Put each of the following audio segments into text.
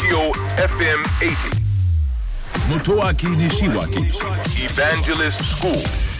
Tokyo FM 80. Motoaki Nishiwaki Evangelist School.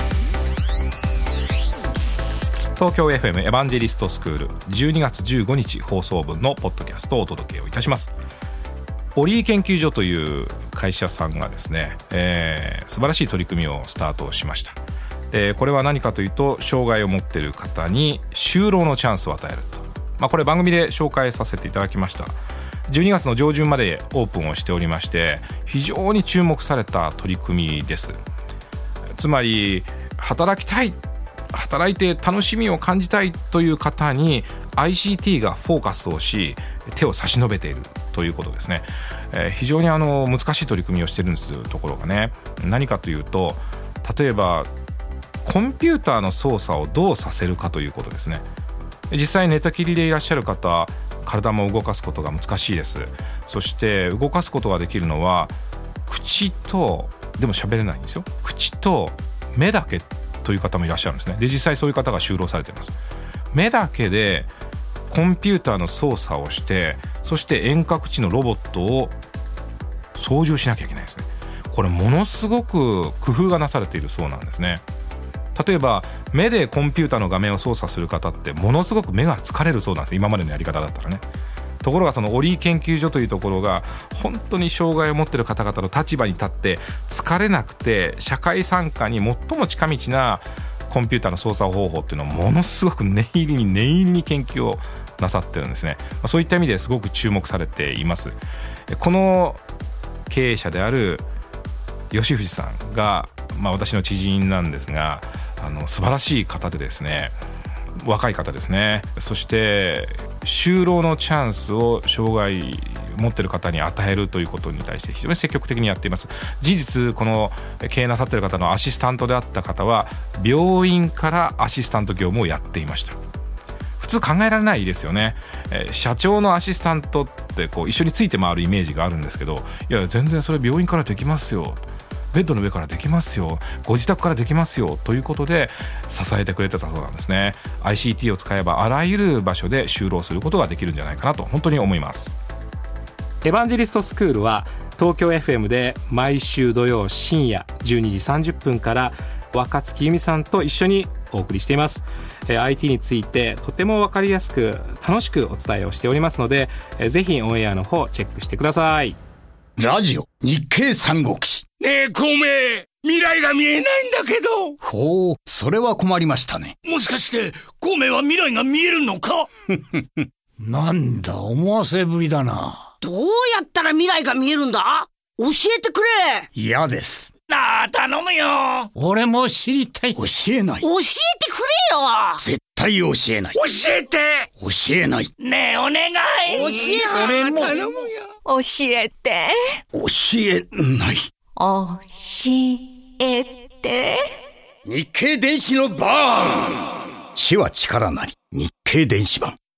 東京 FM エヴァンジェリストスクール12月15日放送分のポッドキャストをお届けをいたします。オリー研究所という会社さんがですね、素晴らしい取り組みをスタートしました。これは何かというと、障害を持っている方に就労のチャンスを与えると、これ番組で紹介させていただきました。12月の上旬までオープンをしておりまして、非常に注目された取り組みです。つまり働きたい、働いて楽しみを感じたいという方に ICT がフォーカスをし、手を差し伸べているということですね。非常に難しい取り組みをしているんですところがね、何かというと、例えばコンピューターの操作をどうさせるかということですね。実際寝たきりでいらっしゃる方、体も動かすことが難しいです。そして動かすことができるのは口と、でも喋れないんですよ。口と目だけという方もいらっしゃるんですね。で、実際そういう方が就労されています。目だけでコンピューターの操作をして、そして遠隔地のロボットを操縦しなきゃいけないですね。これものすごく工夫がなされているそうなんですね。例えば目でコンピューターの画面を操作する方ってものすごく目が疲れるそうなんです。今までのやり方だったらね。ところがそのオリー研究所というところが、本当に障害を持っている方々の立場に立って疲れなくて社会参加に最も近道なコンピューターの操作方法っていうのをものすごく念入りに研究をなさってるんですね。そういった意味ですごく注目されています。この経営者である吉藤さんが、私の知人なんですが、素晴らしい方でですね、若い方ですね。そして就労のチャンスを障害を持っている方に与えるということに対して非常に積極的にやっています。事実、この経営なさっている方のアシスタントであった方は病院からアシスタント業務をやっていました。普通考えられないですよね。社長のアシスタントって一緒について回るイメージがあるんですけど、いや全然それ病院からできますよ、ベッドの上からできますよ、ご自宅からできますよということで支えてくれてたそうなんですね。 ICT を使えばあらゆる場所で就労することができるんじゃないかなと本当に思います。 エヴァンジェリストスクールは東京 FM で毎週土曜深夜12時30分から若月由美さんと一緒にお送りしています。IT についてとても分かりやすく楽しくお伝えをしておりますので、ぜひオンエアの方チェックしてください。 ラジオ日経三国志。 ねえ孔明、未来が見えないんだけど。 ほう、それは困りましたね。 もしかして孔明は未来が見えるのか？ なんだ、思わせぶりだな。 どうやったら未来が見えるんだ？教えてくれ。 嫌です。 頼むよ。 俺も知りたい。 教えない。 教えてくれよ。 絶対教えない。 教えて。 教えない。 ねえお願い。 教えて。 俺も頼むよ。 教えて。 教えない。 教えて。 日経電子のバーン。 知は力なり。日経電子版。